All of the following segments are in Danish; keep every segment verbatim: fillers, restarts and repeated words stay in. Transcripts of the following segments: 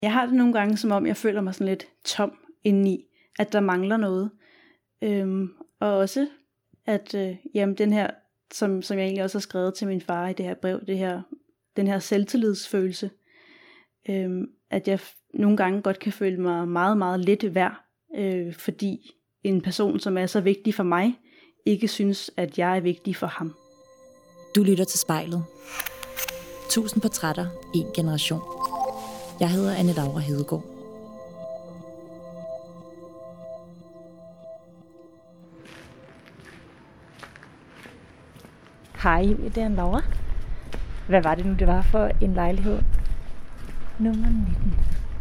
Jeg har det nogle gange, som om jeg føler mig sådan lidt tom indeni, at der mangler noget. Øhm, og også, at øh, jamen, den her, som, som jeg egentlig også har skrevet til min far i det her brev, det her, den her selvtillidsfølelse, øhm, at jeg nogle gange godt kan føle mig meget, meget lidt værd, øh, fordi en person, som er så vigtig for mig, ikke synes, at jeg er vigtig for ham. Du lytter til Spejlet. Tusind portrætter, en generation. Jeg hedder Anne Laura Hedegaard. Hej, det er Laura. Hvad var det nu, det var for en lejlighed? Nummer nitten.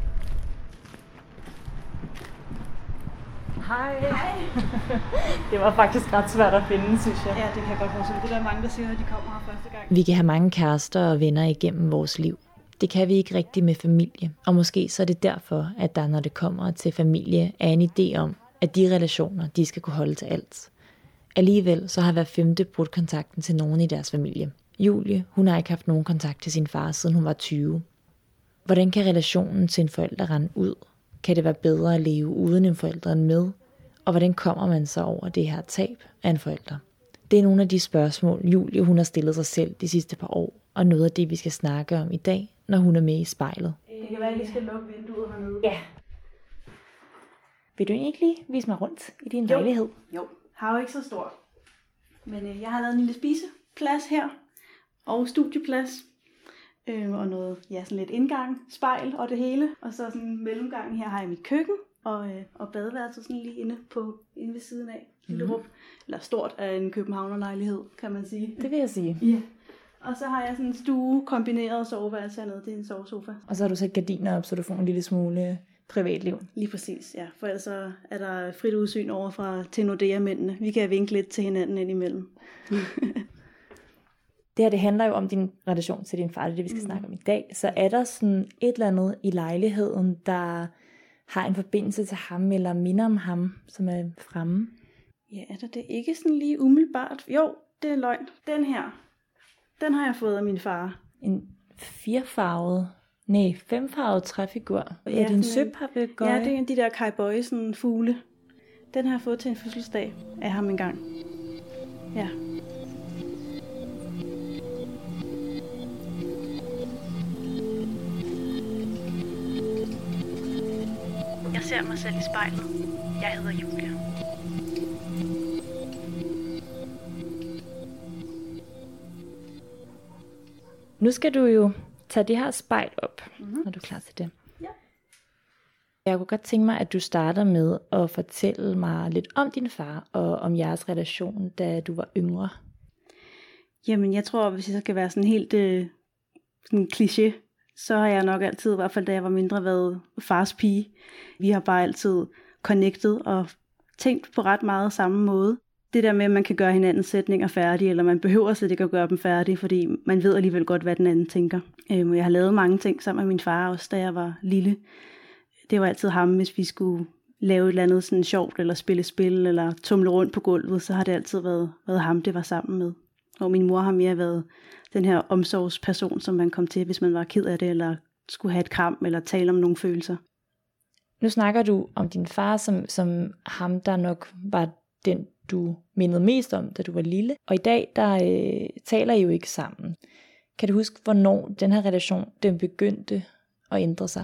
Hej. Hej. Det var faktisk ret svært at finde, synes jeg. Ja, det kan jeg godt forstå. Det er der mange, der siger, at de kommer her første gang. Vi kan have mange kærester og venner igennem vores liv. Det kan vi ikke rigtigt med familie. Og måske så er det derfor, at der, når det kommer til familie, er en idé om, at de relationer, de skal kunne holde til alt. Alligevel så har hver femte brudt kontakten til nogen i deres familie. Julie, hun har ikke haft nogen kontakt til sin far, siden hun var tyve. Hvordan kan relationen til en forælder rende ud? Kan det være bedre at leve uden en forælder end med? Og hvordan kommer man så over det her tab af en forælder? Det er nogle af de spørgsmål, Julie hun har stillet sig selv de sidste par år, og noget af det, vi skal snakke om i dag, når hun er med i spejlet. Det kan være, at jeg lige skal lukke vinduet hernede. Ja. Vil du ikke lige vise mig rundt i din Jo. lejlighed? Jo, har jo ikke så stort. Men øh, jeg har lavet en lille spiseplads her, og studieplads, øh, og noget, ja, sådan lidt indgang, spejl og det hele. Og så sådan en mellemgang her har jeg mit køkken, og, øh, og badeværelset sådan lige inde, på, inde ved siden af. Lille Mhm. rum, eller stort af en københavnerlejlighed, kan man sige. Det vil jeg sige. Ja. Og så har jeg sådan en stue kombineret soveværelse hernede, det er en sovesofa. Og så har du sat gardiner op, så du får en lille smule privatliv. Lige præcis, ja. For ellers så er der frit udsyn over fra til Nordea-mændene. Vi kan vinke lidt til hinanden indimellem. Det her, det handler jo om din relation til din far, det er det, vi skal mm. snakke om i dag. Så er der sådan et eller andet i lejligheden, der har en forbindelse til ham, eller minder om ham, som er fremme? Ja, er der det ikke sådan lige umiddelbart? Jo, det er løgn. Den her, den har jeg fået af min far. En firefarvet, nej, femfarvet træfigur. Ja, er det en sådan en- søpapegøje? Ja, det er en af de der Kai Boy, sådan fugle. Den har jeg fået til en fødselsdag af ham engang. Ja. Jeg ser mig selv i spejlet. Jeg hedder Julia. Nu skal du jo tage det her spejl op, Mhm. mm-hmm. når du er klar til det. Ja. Jeg kunne godt tænke mig, at du starter med at fortælle mig lidt om din far, og om jeres relation, da du var yngre. Jamen, jeg tror, hvis jeg så skal være sådan helt øh, sådan kliché, så har jeg nok altid, i hvert fald da jeg var mindre, været fars pige. Vi har bare altid connected og tænkt på ret meget samme måde. Det der med, at man kan gøre hinandens sætninger færdige, eller man behøver slet ikke at gøre dem færdige, fordi man ved alligevel godt, hvad den anden tænker. Øhm, Jeg har lavet mange ting sammen med min far også, da jeg var lille. Det var altid ham, hvis vi skulle lave et eller andet sådan sjovt, eller spille spil, eller tumle rundt på gulvet, så har det altid været, været ham, det var sammen med. Og min mor har mere været den her omsorgsperson, som man kom til, hvis man var ked af det, eller skulle have et kram, eller tale om nogle følelser. Nu snakker du om din far, som, som ham, der nok var den, du mindede mest om, da du var lille. Og i dag, der øh, taler I jo ikke sammen. Kan du huske, hvornår den her relation, den begyndte at ændre sig?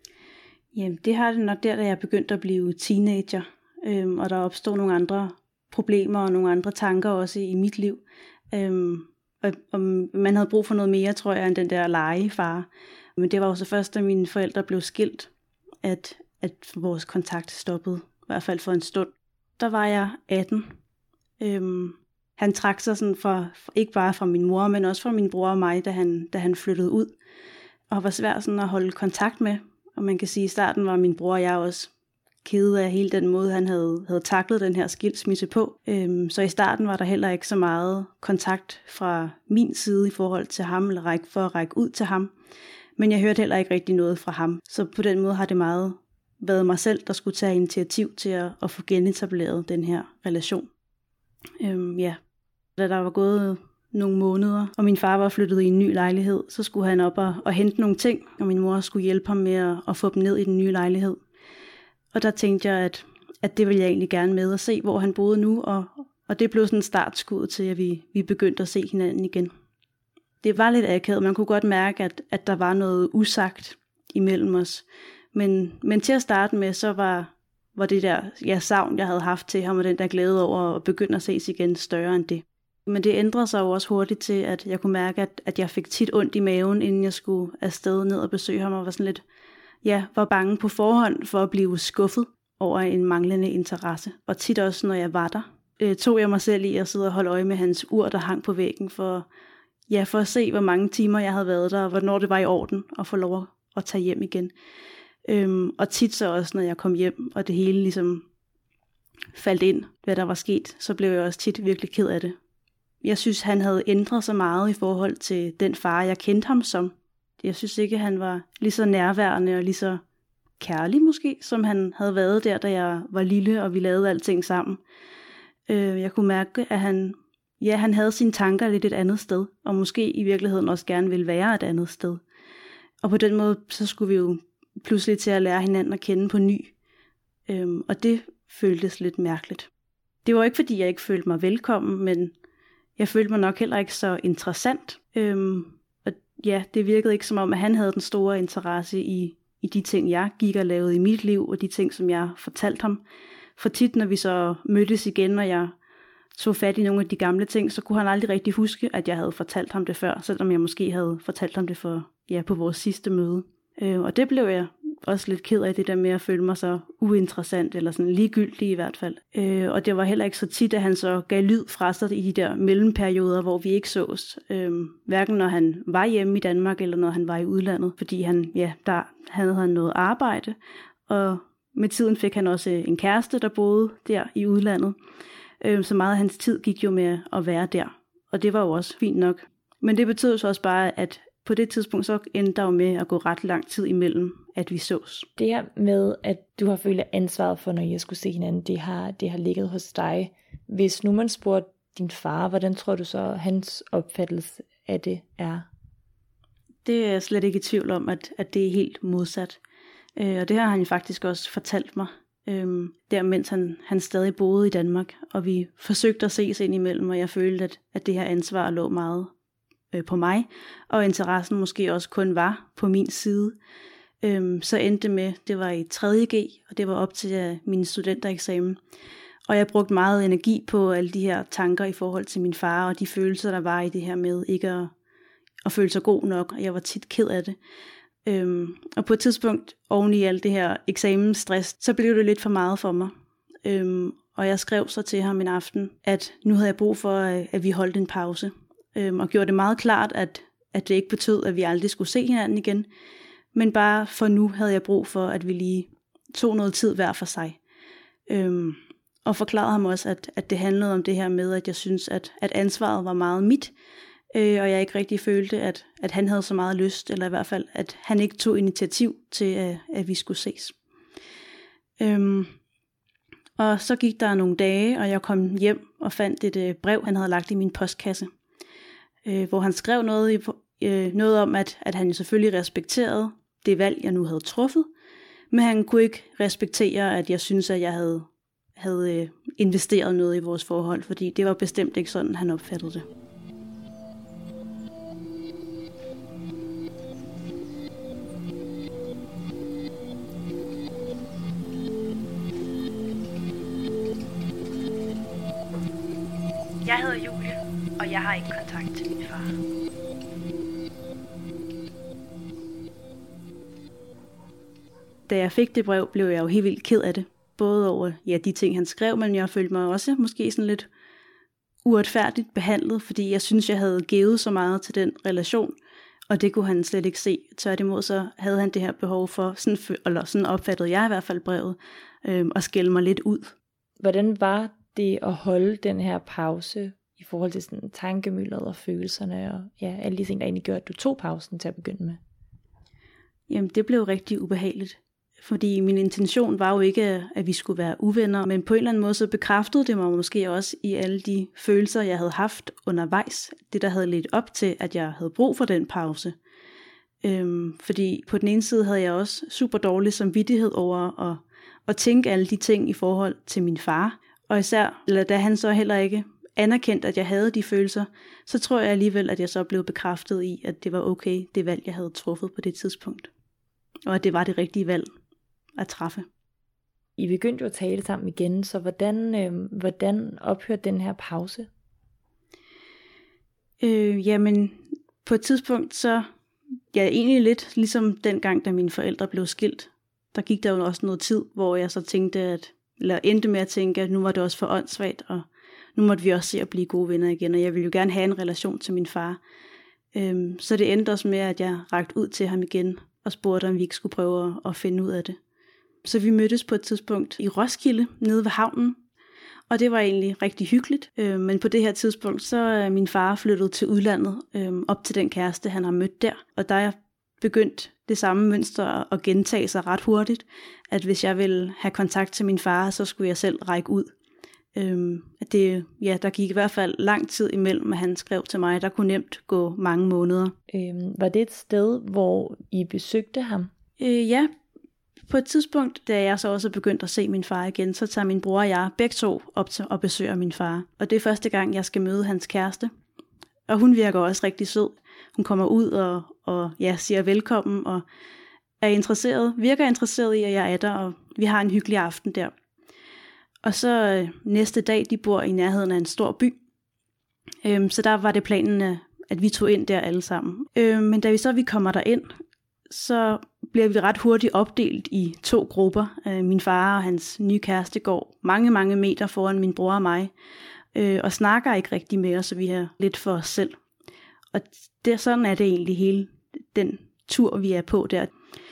Jamen, det har det nok der, da jeg begyndte at blive teenager, øhm, og der opstod nogle andre problemer og nogle andre tanker også i mit liv. Øhm, og, og man havde brug for noget mere, tror jeg, end den der legefar. Men det var jo så først, da mine forældre blev skilt, at, at vores kontakt stoppede, i hvert fald for en stund. Der var jeg atten. Øhm, han trak sig sådan fra, ikke bare fra min mor, men også fra min bror og mig, da han, da han flyttede ud, og var svært sådan at holde kontakt med. Og man kan sige, at i starten var min bror og jeg også kede af hele den måde, han havde, havde taklet den her skilsmisse på. Øhm, så i starten var der heller ikke så meget kontakt fra min side i forhold til ham, eller række for at række ud til ham. Men jeg hørte heller ikke rigtig noget fra ham. Så på den måde har det meget været mig selv, der skulle tage initiativ til at, at få genetableret den her relation. Øhm, ja. Da der var gået nogle måneder, og min far var flyttet i en ny lejlighed. Så skulle han op og, og hente nogle ting, og min mor skulle hjælpe ham med at, at få dem ned i den nye lejlighed. Og der tænkte jeg, at, at det ville jeg egentlig gerne med at se, hvor han boede nu, og, og det blev sådan en startskud til, at vi, vi begyndte at se hinanden igen. Det var lidt akavet, man kunne godt mærke, at, at der var noget usagt imellem os. Men, men til at starte med, så var, var det der ja, savn, jeg havde haft til ham, og den der glæde over at begynde at ses igen, større end det. Men det ændrede sig jo også hurtigt til, at jeg kunne mærke, at, at jeg fik tit ondt i maven, inden jeg skulle afsted ned og besøge ham, og var sådan lidt, ja, var bange på forhånd for at blive skuffet over en manglende interesse. Og tit også, når jeg var der, øh, tog jeg mig selv i at sidde og holde øje med hans ur, der hang på væggen, for, ja, for at se, hvor mange timer jeg havde været der, og hvornår det var i orden at få lov at tage hjem igen. Øhm, og tit så også, når jeg kom hjem, og det hele ligesom faldt ind, hvad der var sket, så blev jeg også tit virkelig ked af det. Jeg synes, han havde ændret sig meget i forhold til den far, jeg kendte ham som. Jeg synes ikke, han var lige så nærværende og lige så kærlig måske, som han havde været der, da jeg var lille, og vi lavede alting sammen. Øh, jeg kunne mærke, at han, ja, han havde sine tanker lidt et andet sted, og måske i virkeligheden også gerne ville være et andet sted. Og på den måde, så skulle vi jo pludselig til at lære hinanden at kende på ny. Øhm, og det føltes lidt mærkeligt. Det var ikke, fordi jeg ikke følte mig velkommen, men jeg følte mig nok heller ikke så interessant. Øhm, og ja, det virkede ikke som om, at han havde den store interesse i, i de ting, jeg gik og lavede i mit liv, og de ting, som jeg fortalte ham. For tit, når vi så mødtes igen, og jeg tog fat i nogle af de gamle ting, så kunne han aldrig rigtig huske, at jeg havde fortalt ham det før, selvom jeg måske havde fortalt ham det for, ja, på vores sidste møde. Øh, og det blev jeg også lidt ked af, det der med at føle mig så uinteressant, eller sådan ligegyldig i hvert fald. Øh, og det var heller ikke så tit, at han så gav lyd fra sig i de der mellemperioder, hvor vi ikke sås. Øh, hverken når han var hjemme i Danmark, eller når han var i udlandet, fordi han, ja, der havde han noget arbejde, og med tiden fik han også en kæreste, der boede der i udlandet. Øh, så meget af hans tid gik jo med at være der, og det var jo også fint nok. Men det betød så også bare, at på det tidspunkt så endte der jo med at gå ret lang tid imellem, at vi sås. Det her med, at du har følt ansvaret for, når jeg skulle se hinanden, det har, det har ligget hos dig. Hvis nu man spurgte din far, hvordan tror du så, hans opfattelse af det er? Det er jeg slet ikke i tvivl om, at, at det er helt modsat. Øh, og det har han faktisk også fortalt mig, øh, der mens han, han stadig boede i Danmark, og vi forsøgte at ses ind imellem, og jeg følte, at, at det her ansvar lå meget på mig, og interessen måske også kun var på min side. Øhm, så endte det med, det var i tredje G, og det var op til uh, min studentereksamen. Og jeg brugte meget energi på alle de her tanker i forhold til min far, og de følelser, der var i det her med ikke at, at føle sig god nok, og jeg var tit ked af det. Øhm, og på et tidspunkt, oven i alt det her eksamensstress, så blev det lidt for meget for mig. Øhm, og jeg skrev så til ham en aften, at nu havde jeg brug for, at vi holdt en pause. Og gjorde det meget klart, at, at det ikke betød, at vi aldrig skulle se hinanden igen. Men bare for nu havde jeg brug for, at vi lige tog noget tid hver for sig. Øhm, og forklarede ham også, at, at det handlede om det her med, at jeg synes, at, at ansvaret var meget mit. Øh, og jeg ikke rigtig følte, at, at han havde så meget lyst, eller i hvert fald, at han ikke tog initiativ til, at, at vi skulle ses. Øhm, og så gik der nogle dage, og jeg kom hjem og fandt et øh, brev, han havde lagt i min postkasse. Øh, hvor han skrev noget, i, øh, noget om, at, at han selvfølgelig respekterede det valg, jeg nu havde truffet, men han kunne ikke respektere, at jeg synes, at jeg havde, havde øh, investeret noget i vores forhold, fordi det var bestemt ikke sådan, han opfattede det. Jeg hedder Julie, og jeg har ikke kontakt til min far. Da jeg fik det brev, blev jeg jo helt vildt ked af det. Både over ja, de ting, han skrev, men jeg følte mig også måske sådan lidt uretfærdigt behandlet, fordi jeg synes, jeg havde givet så meget til den relation, og det kunne han slet ikke se. Tværtimod så havde han det her behov for, sådan, eller sådan opfattede jeg i hvert fald brevet, øh, at skælde mig lidt ud. Hvordan var det at holde den her pause i forhold til sådan tankemyldet og følelserne og ja, alle de ting, der egentlig gjorde, at du tog pausen til at begynde med? Jamen, det blev rigtig ubehageligt. Fordi min intention var jo ikke, at vi skulle være uvenner, men på en eller anden måde så bekræftede det mig måske også i alle de følelser, jeg havde haft undervejs. Det, der havde ledt op til, at jeg havde brug for den pause. Øhm, fordi på den ene side havde jeg også super dårlig samvittighed over at, at tænke alle de ting i forhold til min far. Og især, eller da han så heller ikke anerkendte, at jeg havde de følelser, så tror jeg alligevel, at jeg så blev bekræftet i, at det var okay, det valg, jeg havde truffet på det tidspunkt. Og at det var det rigtige valg at træffe. I begyndte jo at tale sammen igen, så hvordan, øh, hvordan ophørte den her pause? Øh, jamen, på et tidspunkt så, ja, egentlig lidt ligesom dengang, da mine forældre blev skilt. Der gik der jo også noget tid, hvor jeg så tænkte, at, eller endte med at tænke, at nu var det også for åndssvagt, og nu måtte vi også se at blive gode venner igen, og jeg ville jo gerne have en relation til min far. Øh, så det endte også med, at jeg rakte ud til ham igen, og spurgte, om vi ikke skulle prøve at finde ud af det. Så vi mødtes på et tidspunkt i Roskilde, nede ved havnen, og det var egentlig rigtig hyggeligt. Øh, men på det her tidspunkt, så er min far flyttet til udlandet, øh, op til den kæreste, han har mødt der. Og der er begyndt det samme mønster at gentage sig ret hurtigt, at hvis jeg ville have kontakt til min far, så skulle jeg selv række ud. Øh, det, ja, der gik i hvert fald lang tid imellem, at han skrev til mig. Der kunne nemt gå mange måneder. Øh, var det et sted, hvor I besøgte ham? Øh, ja, på et tidspunkt, da jeg så også begyndte at se min far igen, så tager min bror og jeg begge to op til at besøge min far. Og det er første gang, jeg skal møde hans kæreste. Og hun virker også rigtig sød. Hun kommer ud og, og ja, siger velkommen og er interesseret, virker interesseret i, at jeg er der, og vi har en hyggelig aften der. Og så øh, næste dag, de bor i nærheden af en stor by. Øhm, så der var det planen, at vi tog ind der alle sammen. Øhm, men da vi så vi kommer derind, så bliver vi ret hurtigt opdelt i to grupper. Øh, min far og hans nye kæreste går mange, mange meter foran min bror og mig, øh, og snakker ikke rigtig med os, så vi har lidt for os selv. Og det, sådan er det egentlig hele den tur, vi er på der.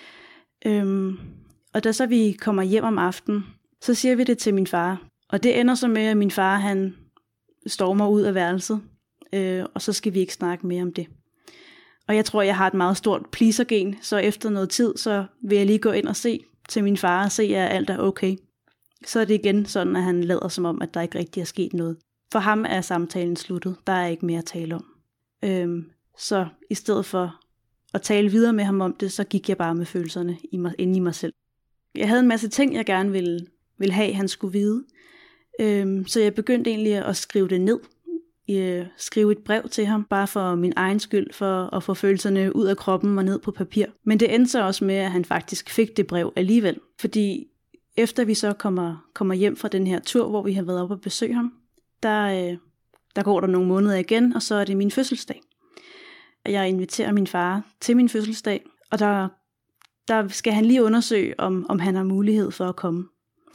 Øhm, og da så vi kommer hjem om aftenen, så siger vi det til min far. Og det ender så med, at min far han stormer ud af værelset, øh, og så skal vi ikke snakke mere om det. Og jeg tror, jeg har et meget stort pleaser-gen, så efter noget tid, så vil jeg lige gå ind og se til min far og se, at alt er okay. Så er det igen sådan, at han lader som om, at der ikke rigtig er sket noget. For ham er samtalen sluttet. Der er ikke mere at tale om. Øhm, så i stedet for at tale videre med ham om det, så gik jeg bare med følelserne i mig, inde i mig selv. Jeg havde en masse ting, jeg gerne ville, ville have, han skulle vide. Øhm, så jeg begyndte egentlig at skrive det ned. Jeg skrive et brev til ham, bare for min egen skyld, for at få følelserne ud af kroppen og ned på papir. Men det endte så også med, at han faktisk fik det brev alligevel. Fordi efter vi så kommer, kommer hjem fra den her tur, hvor vi har været oppe og besøge ham, der, øh, der går der nogle måneder igen, og så er det min fødselsdag. Jeg inviterer min far til min fødselsdag, og der, der skal han lige undersøge, om, om han har mulighed for at komme.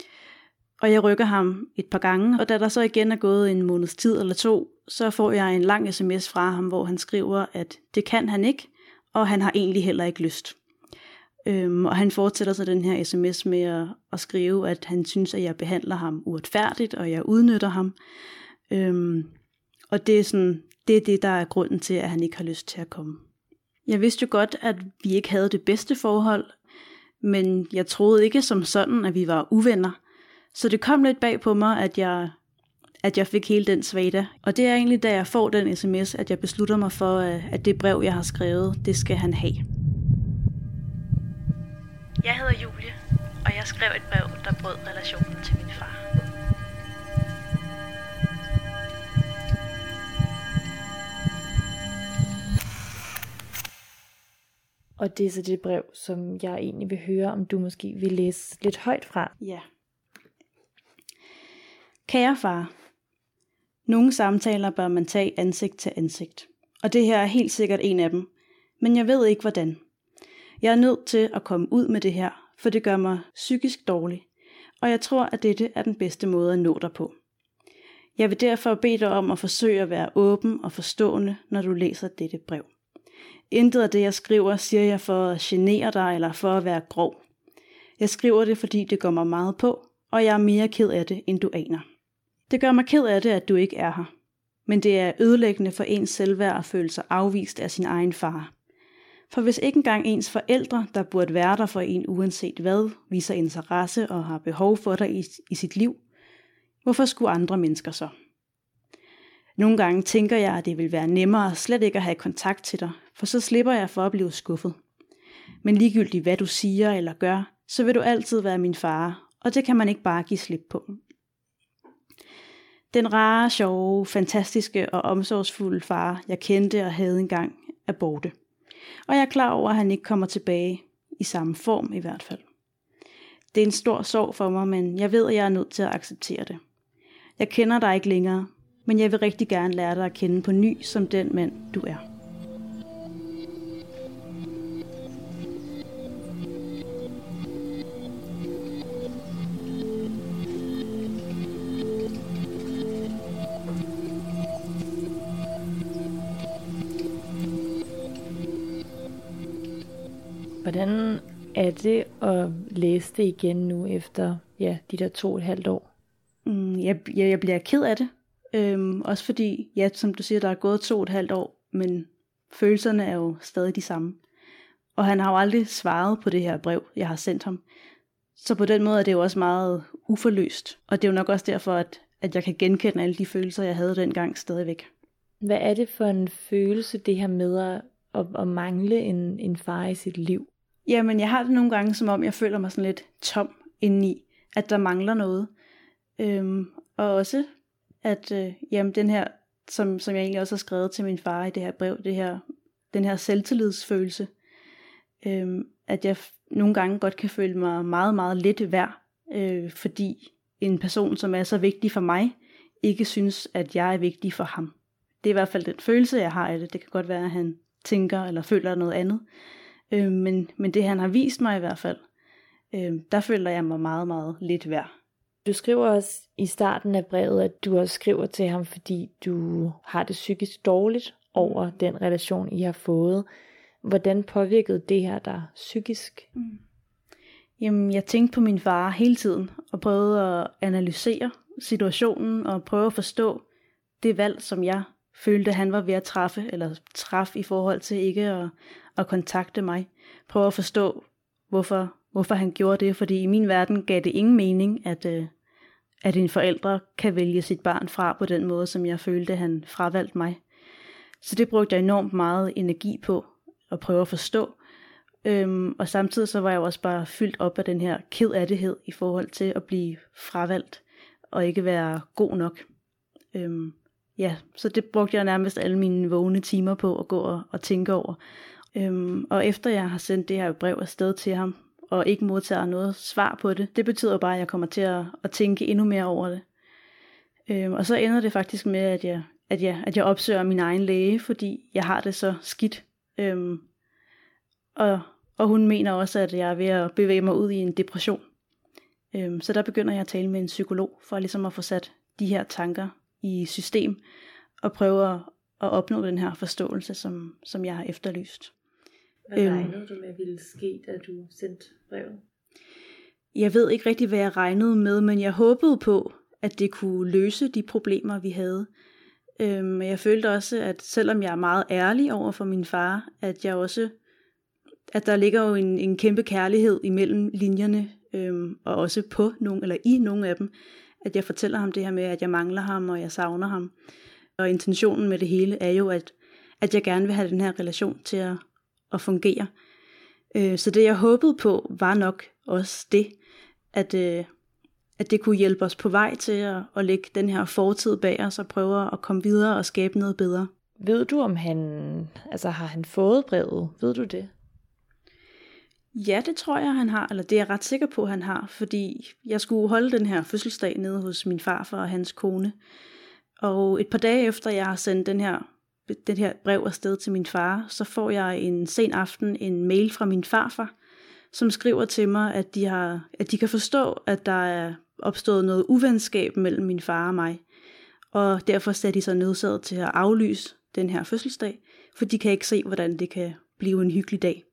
Og jeg rykker ham et par gange, og da der så igen er gået en måneds tid eller to, så får jeg en lang sms fra ham, hvor han skriver, at det kan han ikke, og han har egentlig heller ikke lyst. Øhm, og han fortsætter så den her sms med at, at skrive, at han synes, at jeg behandler ham uretfærdigt, og jeg udnytter ham. Øhm, og det er, sådan, det er det, der er grunden til, at han ikke har lyst til at komme. Jeg vidste jo godt, at vi ikke havde det bedste forhold, men jeg troede ikke som sådan, at vi var uvenner. Så det kom lidt bag på mig, at jeg, at jeg fik hele den svada. Og det er egentlig, da jeg får den sms, at jeg beslutter mig for, at det brev, jeg har skrevet, det skal han have. Jeg hedder Julie, og jeg skrev et brev, der brød relationen til min far. Og det er så det brev, som jeg egentlig vil høre, om du måske vil læse lidt højt fra. Ja. Kære far, nogle samtaler bør man tage ansigt til ansigt, og det her er helt sikkert en af dem, men jeg ved ikke hvordan. Jeg er nødt til at komme ud med det her, for det gør mig psykisk dårlig, og jeg tror, at dette er den bedste måde at nå dig på. Jeg vil derfor bede dig om at forsøge at være åben og forstående, når du læser dette brev. Intet af det, jeg skriver, siger jeg for at genere dig eller for at være grov. Jeg skriver det, fordi det går mig meget på, og jeg er mere ked af det, end du aner. Det gør mig ked af det, at du ikke er her. Men det er ødelæggende for ens selvværd at føle sig afvist af sin egen far. For hvis ikke engang ens forældre, der burde være der for en uanset hvad, viser interesse og har behov for dig i, i sit liv, hvorfor skulle andre mennesker så? Nogle gange tænker jeg, at det vil være nemmere slet ikke at have kontakt til dig, for så slipper jeg for at blive skuffet. Men ligegyldigt hvad du siger eller gør, så vil du altid være min far, og det kan man ikke bare give slip på. Den rare, sjove, fantastiske og omsorgsfulde far, jeg kendte og havde engang, er borte. Og jeg er klar over, at han ikke kommer tilbage, i samme form i hvert fald. Det er en stor sorg for mig, men jeg ved, at jeg er nødt til at acceptere det. Jeg kender dig ikke længere, men jeg vil rigtig gerne lære dig at kende på ny som den mand, du er. Hvordan er det at læse det igen nu efter ja, de der to og et halvt år? Mm, jeg, jeg, jeg bliver ked af det. Øhm, også fordi, ja, som du siger, der er gået to og et halvt år, men følelserne er jo stadig de samme. Og han har jo aldrig svaret på det her brev, jeg har sendt ham. Så på den måde er det jo også meget uforløst. Og det er jo nok også derfor, at, at jeg kan genkende alle de følelser, jeg havde dengang stadigvæk. Hvad er det for en følelse, det her med at, at, at mangle en, en far i sit liv? Jamen, jeg har det nogle gange, som om jeg føler mig sådan lidt tom indeni, at der mangler noget. Øhm, og også, at øh, jamen, den her, som, som jeg egentlig også har skrevet til min far i det her brev, det her, den her selvtillidsfølelse, øhm, at jeg nogle gange godt kan føle mig meget, meget lidt værd, øh, fordi en person, som er så vigtig for mig, ikke synes, at jeg er vigtig for ham. Det er i hvert fald den følelse, jeg har af det. Det kan godt være, at han tænker eller føler noget andet. Øh, men, men det han har vist mig i hvert fald, øh, der føler jeg mig meget, meget lidt værd. Du skriver også i starten af brevet, at du også skriver til ham, fordi du har det psykisk dårligt over den relation, I har fået. Hvordan påvirkede det her dig psykisk? Mm. Jamen, jeg tænkte på min far hele tiden, og prøvede at analysere situationen, og prøve at forstå det valg, som jeg følte, han var ved at træffe, eller træffe i forhold til ikke at, at kontakte mig. Prøve at forstå, hvorfor, hvorfor han gjorde det, fordi i min verden gav det ingen mening, at, øh, at en forælder kan vælge sit barn fra på den måde, som jeg følte, han fravalgte mig. Så det brugte jeg enormt meget energi på, at prøve at forstå. Øhm, og samtidig så var jeg også bare fyldt op af den her kedattighed i forhold til at blive fravalgt, og ikke være god nok. Øhm, ja, så det brugte jeg nærmest alle mine vågne timer på at gå og, og tænke over. Øhm, og efter jeg har sendt det her brev afsted til ham, og ikke modtager noget svar på det, det betyder bare, at jeg kommer til at, at tænke endnu mere over det. Øhm, og så ender det faktisk med, at jeg, at, jeg, at jeg opsøger min egen læge, fordi jeg har det så skidt. Øhm, og, og hun mener også, at jeg er ved at bevæge mig ud i en depression. Øhm, så der begynder jeg at tale med en psykolog, for ligesom at få sat de her tanker i system, og prøve at, at opnå den her forståelse, som, som jeg har efterlyst. Hvad regnede øhm, du med ville ske, da du sendte brevet? Jeg ved ikke rigtig, hvad jeg regnede med, men jeg håbede på, at det kunne løse de problemer, vi havde. Øhm, jeg følte også, at selvom jeg er meget ærlig over for min far, at jeg også, at der ligger jo en, en kæmpe kærlighed imellem linjerne, øhm, og også på nogle, eller i nogle af dem, at jeg fortæller ham det her med, at jeg mangler ham, og jeg savner ham. Og intentionen med det hele er jo, at, at jeg gerne vil have den her relation til at, at fungere. Øh, så det jeg håbede på, var nok også det, at, øh, at det kunne hjælpe os på vej til at, at lægge den her fortid bag os, og prøve at komme videre og skabe noget bedre. Ved du, om han, altså har han fået brevet? Ved du det? Ja, det tror jeg, han har, eller det er jeg ret sikker på, han har, fordi jeg skulle holde den her fødselsdag nede hos min farfar og hans kone. Og et par dage efter, jeg har sendt den her, den her brev afsted til min far, så får jeg en sen aften en mail fra min farfar, som skriver til mig, at de, har, at de kan forstå, at der er opstået noget uvenskab mellem min far og mig. Og derfor sætter de sig nødsaget til at aflyse den her fødselsdag, for de kan ikke se, hvordan det kan blive en hyggelig dag.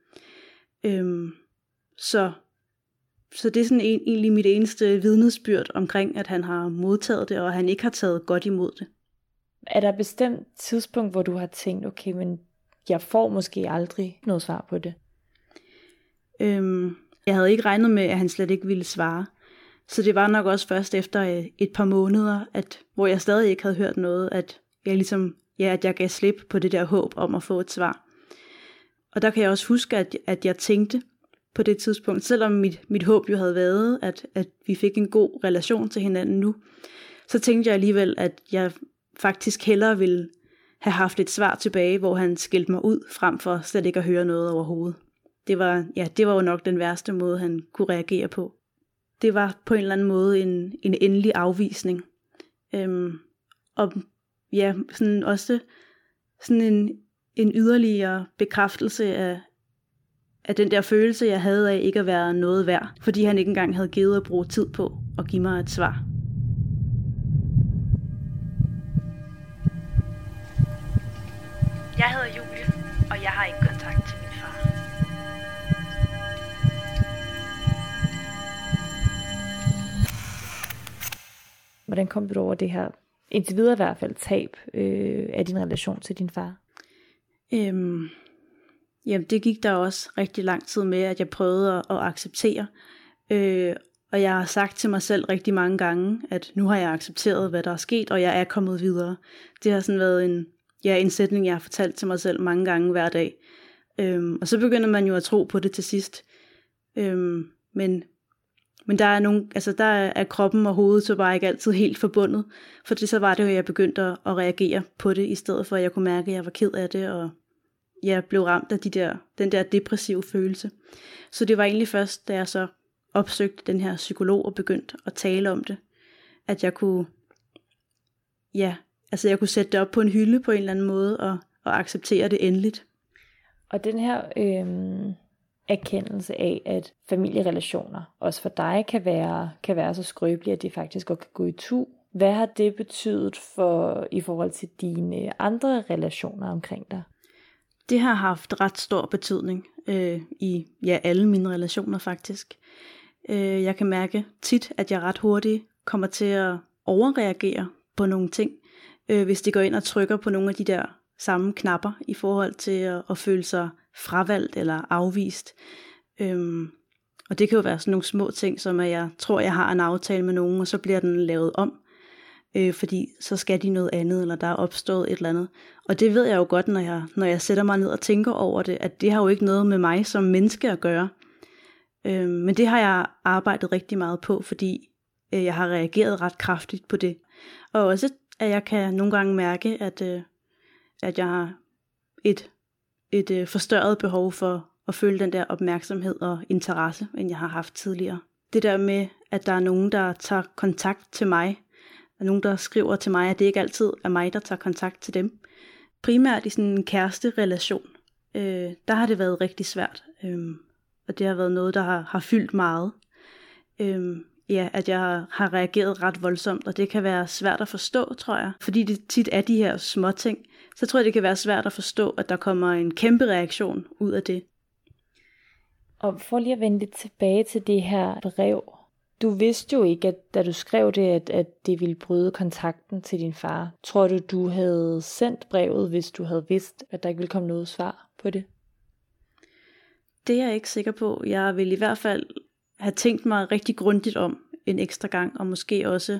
Øhm, så, så det er sådan en, egentlig mit eneste vidnesbyrd omkring, at han har modtaget det, og han ikke har taget godt imod det. Er der et bestemt tidspunkt, hvor du har tænkt, okay, men jeg får måske aldrig noget svar på det. Øhm, jeg havde ikke regnet med, at han slet ikke ville svare. Så det var nok også først efter et par måneder, at, hvor jeg stadig ikke havde hørt noget, at jeg ligesom, ja, at jeg gav slip på det der håb om at få et svar. Og der kan jeg også huske, at, at jeg tænkte på det tidspunkt, selvom mit, mit håb jo havde været, at, at vi fik en god relation til hinanden nu, så tænkte jeg alligevel, at jeg faktisk hellere ville have haft et svar tilbage, hvor han skældte mig ud, frem for slet ikke at høre noget overhovedet. Det var, ja, det var jo nok den værste måde, han kunne reagere på. Det var på en eller anden måde en, en endelig afvisning. Øhm, og ja, sådan også sådan en, en yderligere bekræftelse af, af den der følelse, jeg havde af ikke at være noget værd, fordi han ikke engang havde givet at bruge tid på at give mig et svar. Jeg hedder Julie, og jeg har ikke kontakt til min far. Hvordan kom du over det her, indtil videre i hvert fald, tab øh, af din relation til din far? Øhm, jamen det gik der også rigtig lang tid med, at jeg prøvede at, at acceptere. Øh, og jeg har sagt til mig selv rigtig mange gange, at nu har jeg accepteret, hvad der er sket, og jeg er kommet videre. Det har sådan været en, ja, en sætning, jeg har fortalt til mig selv mange gange hver dag. Øhm, og så begynder man jo at tro på det til sidst. Øhm, men... Men der er nogle, altså der er kroppen og hovedet så bare ikke altid helt forbundet, for det så var det jo, at jeg begyndte at reagere på det, i stedet for at jeg kunne mærke, at jeg var ked af det, og jeg blev ramt af de der, den der depressive følelse. Så det var egentlig først, da jeg så opsøgte den her psykolog og begyndte at tale om det, at jeg kunne, ja, altså jeg kunne sætte det op på en hylde på en eller anden måde, og, og acceptere det endeligt. Og den her... Øh... erkendelse af, at familierelationer også for dig kan være, kan være så skrøbelige, at de faktisk godt kan gå i tu. Hvad har det betydet for i forhold til dine andre relationer omkring dig? Det har haft ret stor betydning øh, i ja, alle mine relationer faktisk. Øh, jeg kan mærke tit, at jeg ret hurtigt kommer til at overreagere på nogle ting, øh, hvis de går ind og trykker på nogle af de der samme knapper i forhold til at, at føle sig fravalgt eller afvist. Øhm, og det kan jo være sådan nogle små ting, som at jeg tror, jeg har en aftale med nogen, og så bliver den lavet om, øh, fordi så skal de noget andet, eller der er opstået et eller andet. Og det ved jeg jo godt, når jeg, når jeg sætter mig ned og tænker over det, at det har jo ikke noget med mig som menneske at gøre. Øhm, men det har jeg arbejdet rigtig meget på, fordi øh, jeg har reageret ret kraftigt på det. Og også, at jeg kan nogle gange mærke, at, øh, at jeg har et et øh, forstørret behov for at føle den der opmærksomhed og interesse, end jeg har haft tidligere. Det der med, at der er nogen, der tager kontakt til mig, og nogen, der skriver til mig, at det ikke altid er mig, der tager kontakt til dem. Primært i sådan en kæresterelation, øh, der har det været rigtig svært, øh, og det har været noget, der har, har fyldt meget. Øh, ja, at jeg har, har reageret ret voldsomt, og det kan være svært at forstå, tror jeg, fordi det tit er de her små ting. Så tror jeg, det kan være svært at forstå, at der kommer en kæmpe reaktion ud af det. Og for lige at vende lidt tilbage til det her brev. Du vidste jo ikke, at da du skrev det, at, at det ville bryde kontakten til din far. Tror du, du havde sendt brevet, hvis du havde vidst, at der ikke ville komme noget svar på det? Det er jeg ikke sikker på. Jeg vil i hvert fald have tænkt mig rigtig grundigt om en ekstra gang, og måske også...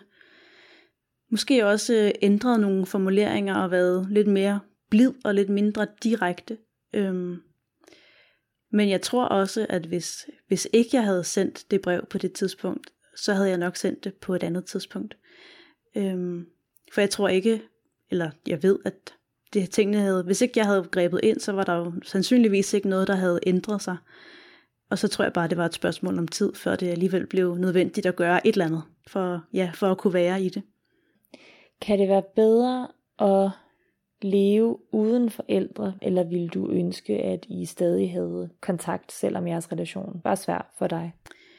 Måske også ændret nogle formuleringer og været lidt mere blid og lidt mindre direkte. Øhm. Men jeg tror også, at hvis, hvis ikke jeg havde sendt det brev på det tidspunkt, så havde jeg nok sendt det på et andet tidspunkt. Øhm. For jeg tror ikke, eller jeg ved, at det tingene havde, hvis ikke jeg havde grebet ind, så var der jo sandsynligvis ikke noget, der havde ændret sig. Og så tror jeg bare, det var et spørgsmål om tid, før det alligevel blev nødvendigt at gøre et eller andet, for, ja, for at kunne være i det. Kan det være bedre at leve uden forældre, eller ville du ønske, at I stadig havde kontakt, selvom jeres relation var svær for dig?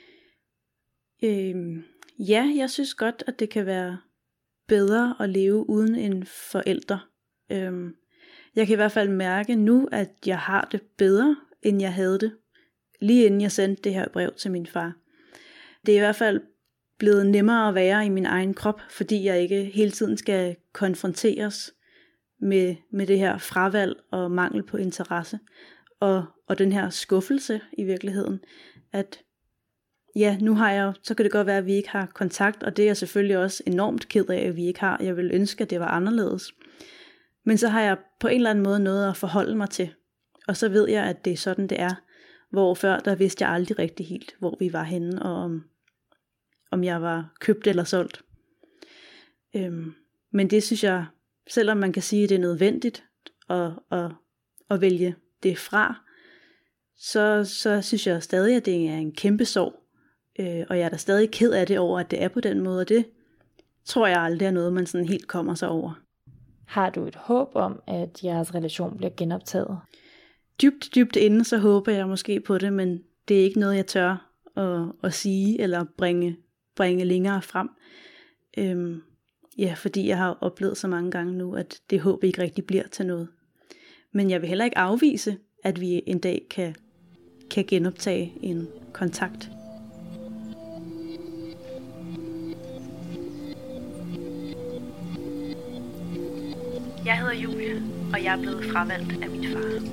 Øhm, ja, jeg synes godt, at det kan være bedre at leve uden en forælder. Øhm, jeg kan i hvert fald mærke nu, at jeg har det bedre, end jeg havde det, lige inden jeg sendte det her brev til min far. Det er i hvert fald blevet nemmere at være i min egen krop, fordi jeg ikke hele tiden skal konfronteres med, med det her fravalg og mangel på interesse, og, og den her skuffelse i virkeligheden, at ja, nu har jeg, så kan det godt være, at vi ikke har kontakt, og det er jeg selvfølgelig også enormt ked af, at vi ikke har. Jeg vil ønske, at det var anderledes. Men så har jeg på en eller anden måde noget at forholde mig til, og så ved jeg, at det er sådan, det er. Hvor før, der vidste jeg aldrig rigtig helt, hvor vi var henne, og om, om jeg var købt eller solgt. Øhm, men det synes jeg, selvom man kan sige, at det er nødvendigt at, at, at vælge det fra, så, så synes jeg stadig, at det er en kæmpe sorg. Øh, og jeg er da stadig ked af det over, at det er på den måde, og det tror jeg aldrig er noget, man sådan helt kommer sig over. Har du et håb om, at jeres relation bliver genoptaget? Dybt, dybt inde, så håber jeg måske på det, men det er ikke noget, jeg tør at, at sige eller bringe, bringe længere frem. Øhm, ja, fordi jeg har oplevet så mange gange nu, at det håb ikke rigtig bliver til noget. Men jeg vil heller ikke afvise, at vi en dag kan, kan genoptage en kontakt. Jeg hedder Julie, og jeg er blevet fravalgt af min far.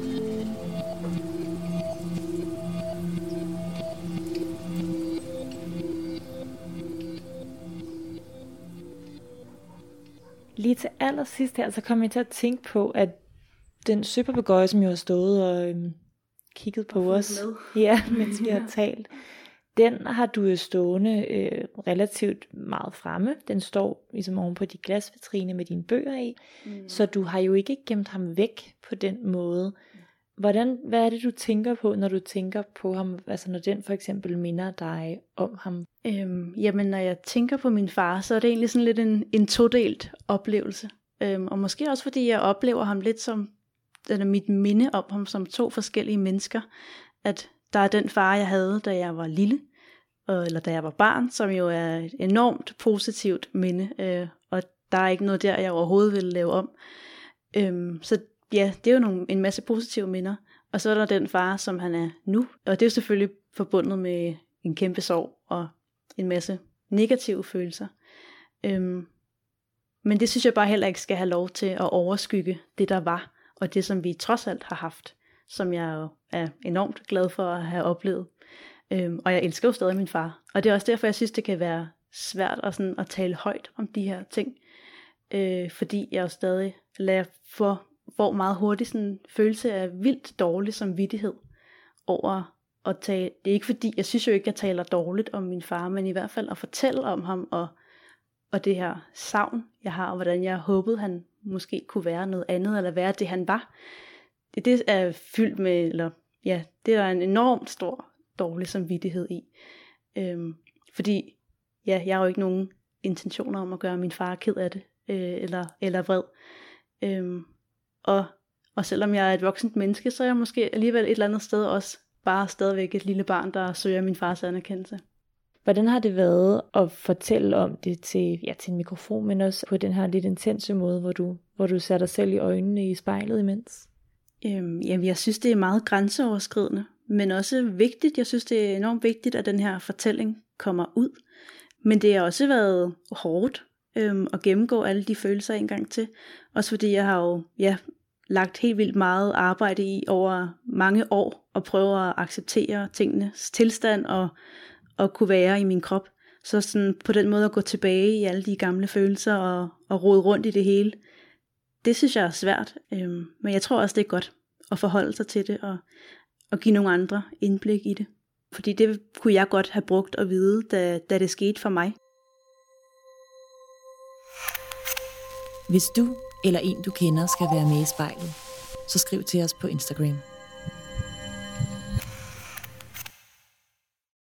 Lige til allersidst her, så kom jeg til at tænke på, at den søpapegøje, som jo har stået og øhm, kigget på og os, ja, mens vi har talt, den har du jo stående øh, relativt meget fremme. Den står ligesom oven på de glasvitrine med dine bøger i, mm. så du har jo ikke gemt ham væk på den måde. Hvordan, hvad er det, du tænker på, når du tænker på ham, altså når den for eksempel minder dig om ham? Øhm, jamen, når jeg tænker på min far, så er det egentlig sådan lidt en, en todelt oplevelse. Øhm, og måske også fordi jeg oplever ham lidt som, eller mit minde om ham som to forskellige mennesker. At der er den far, jeg havde, da jeg var lille, og, eller da jeg var barn, som jo er et enormt positivt minde. Øh, og der er ikke noget der, jeg overhovedet ville lave om. Øhm, så ja, det er jo nogle, en masse positive minder. Og så er der den far, som han er nu. Og det er selvfølgelig forbundet med en kæmpe sorg og en masse negative følelser. Øhm, men det synes jeg bare heller ikke skal have lov til at overskygge det, der var. Og det, som vi trods alt har haft. Som jeg jo er enormt glad for at have oplevet. Øhm, og jeg elsker jo stadig min far. Og det er også derfor, jeg synes, det kan være svært at, sådan, at tale højt om de her ting. Øh, fordi jeg jo stadig lader for... hvor meget hurtigt sådan en følelse af vildt dårlig samvittighed over at tale. Det er ikke fordi, jeg synes jo ikke, jeg taler dårligt om min far, men i hvert fald at fortælle om ham, og, og det her savn, jeg har, og hvordan jeg håbede, han måske kunne være noget andet, eller være det, han var. Det, det er fyldt med, eller ja, det er en enormt stor dårlig samvittighed i. Øhm, fordi, ja, jeg har jo ikke nogen intentioner om at gøre min far ked af det, øh, eller, eller vred. Øhm, Og, og selvom jeg er et voksent menneske, så er jeg måske alligevel et eller andet sted også bare stadigvæk et lille barn, der søger min fars anerkendelse. Hvordan har det været at fortælle om det til, ja, til en mikrofon, men også på den her lidt intense måde, hvor du, hvor du ser dig selv i øjnene i spejlet imens? Øhm, jamen, jeg synes, det er meget grænseoverskridende, men også vigtigt. Jeg synes, det er enormt vigtigt, at den her fortælling kommer ud. Men det har også været hårdt øhm, at gennemgå alle de følelser en gang til. Også fordi jeg har jo ja, lagt helt vildt meget arbejde i over mange år og prøve at acceptere tingenes tilstand og, og kunne være i min krop. Så sådan på den måde at gå tilbage i alle de gamle følelser og, og rode rundt i det hele, det synes jeg er svært. Øhm, men jeg tror også, det er godt at forholde sig til det og, og give nogle andre indblik i det. Fordi det kunne jeg godt have brugt at vide, da, da det skete for mig. Hvis du eller en du kender skal være med i spejlet, så skriv til os på Instagram.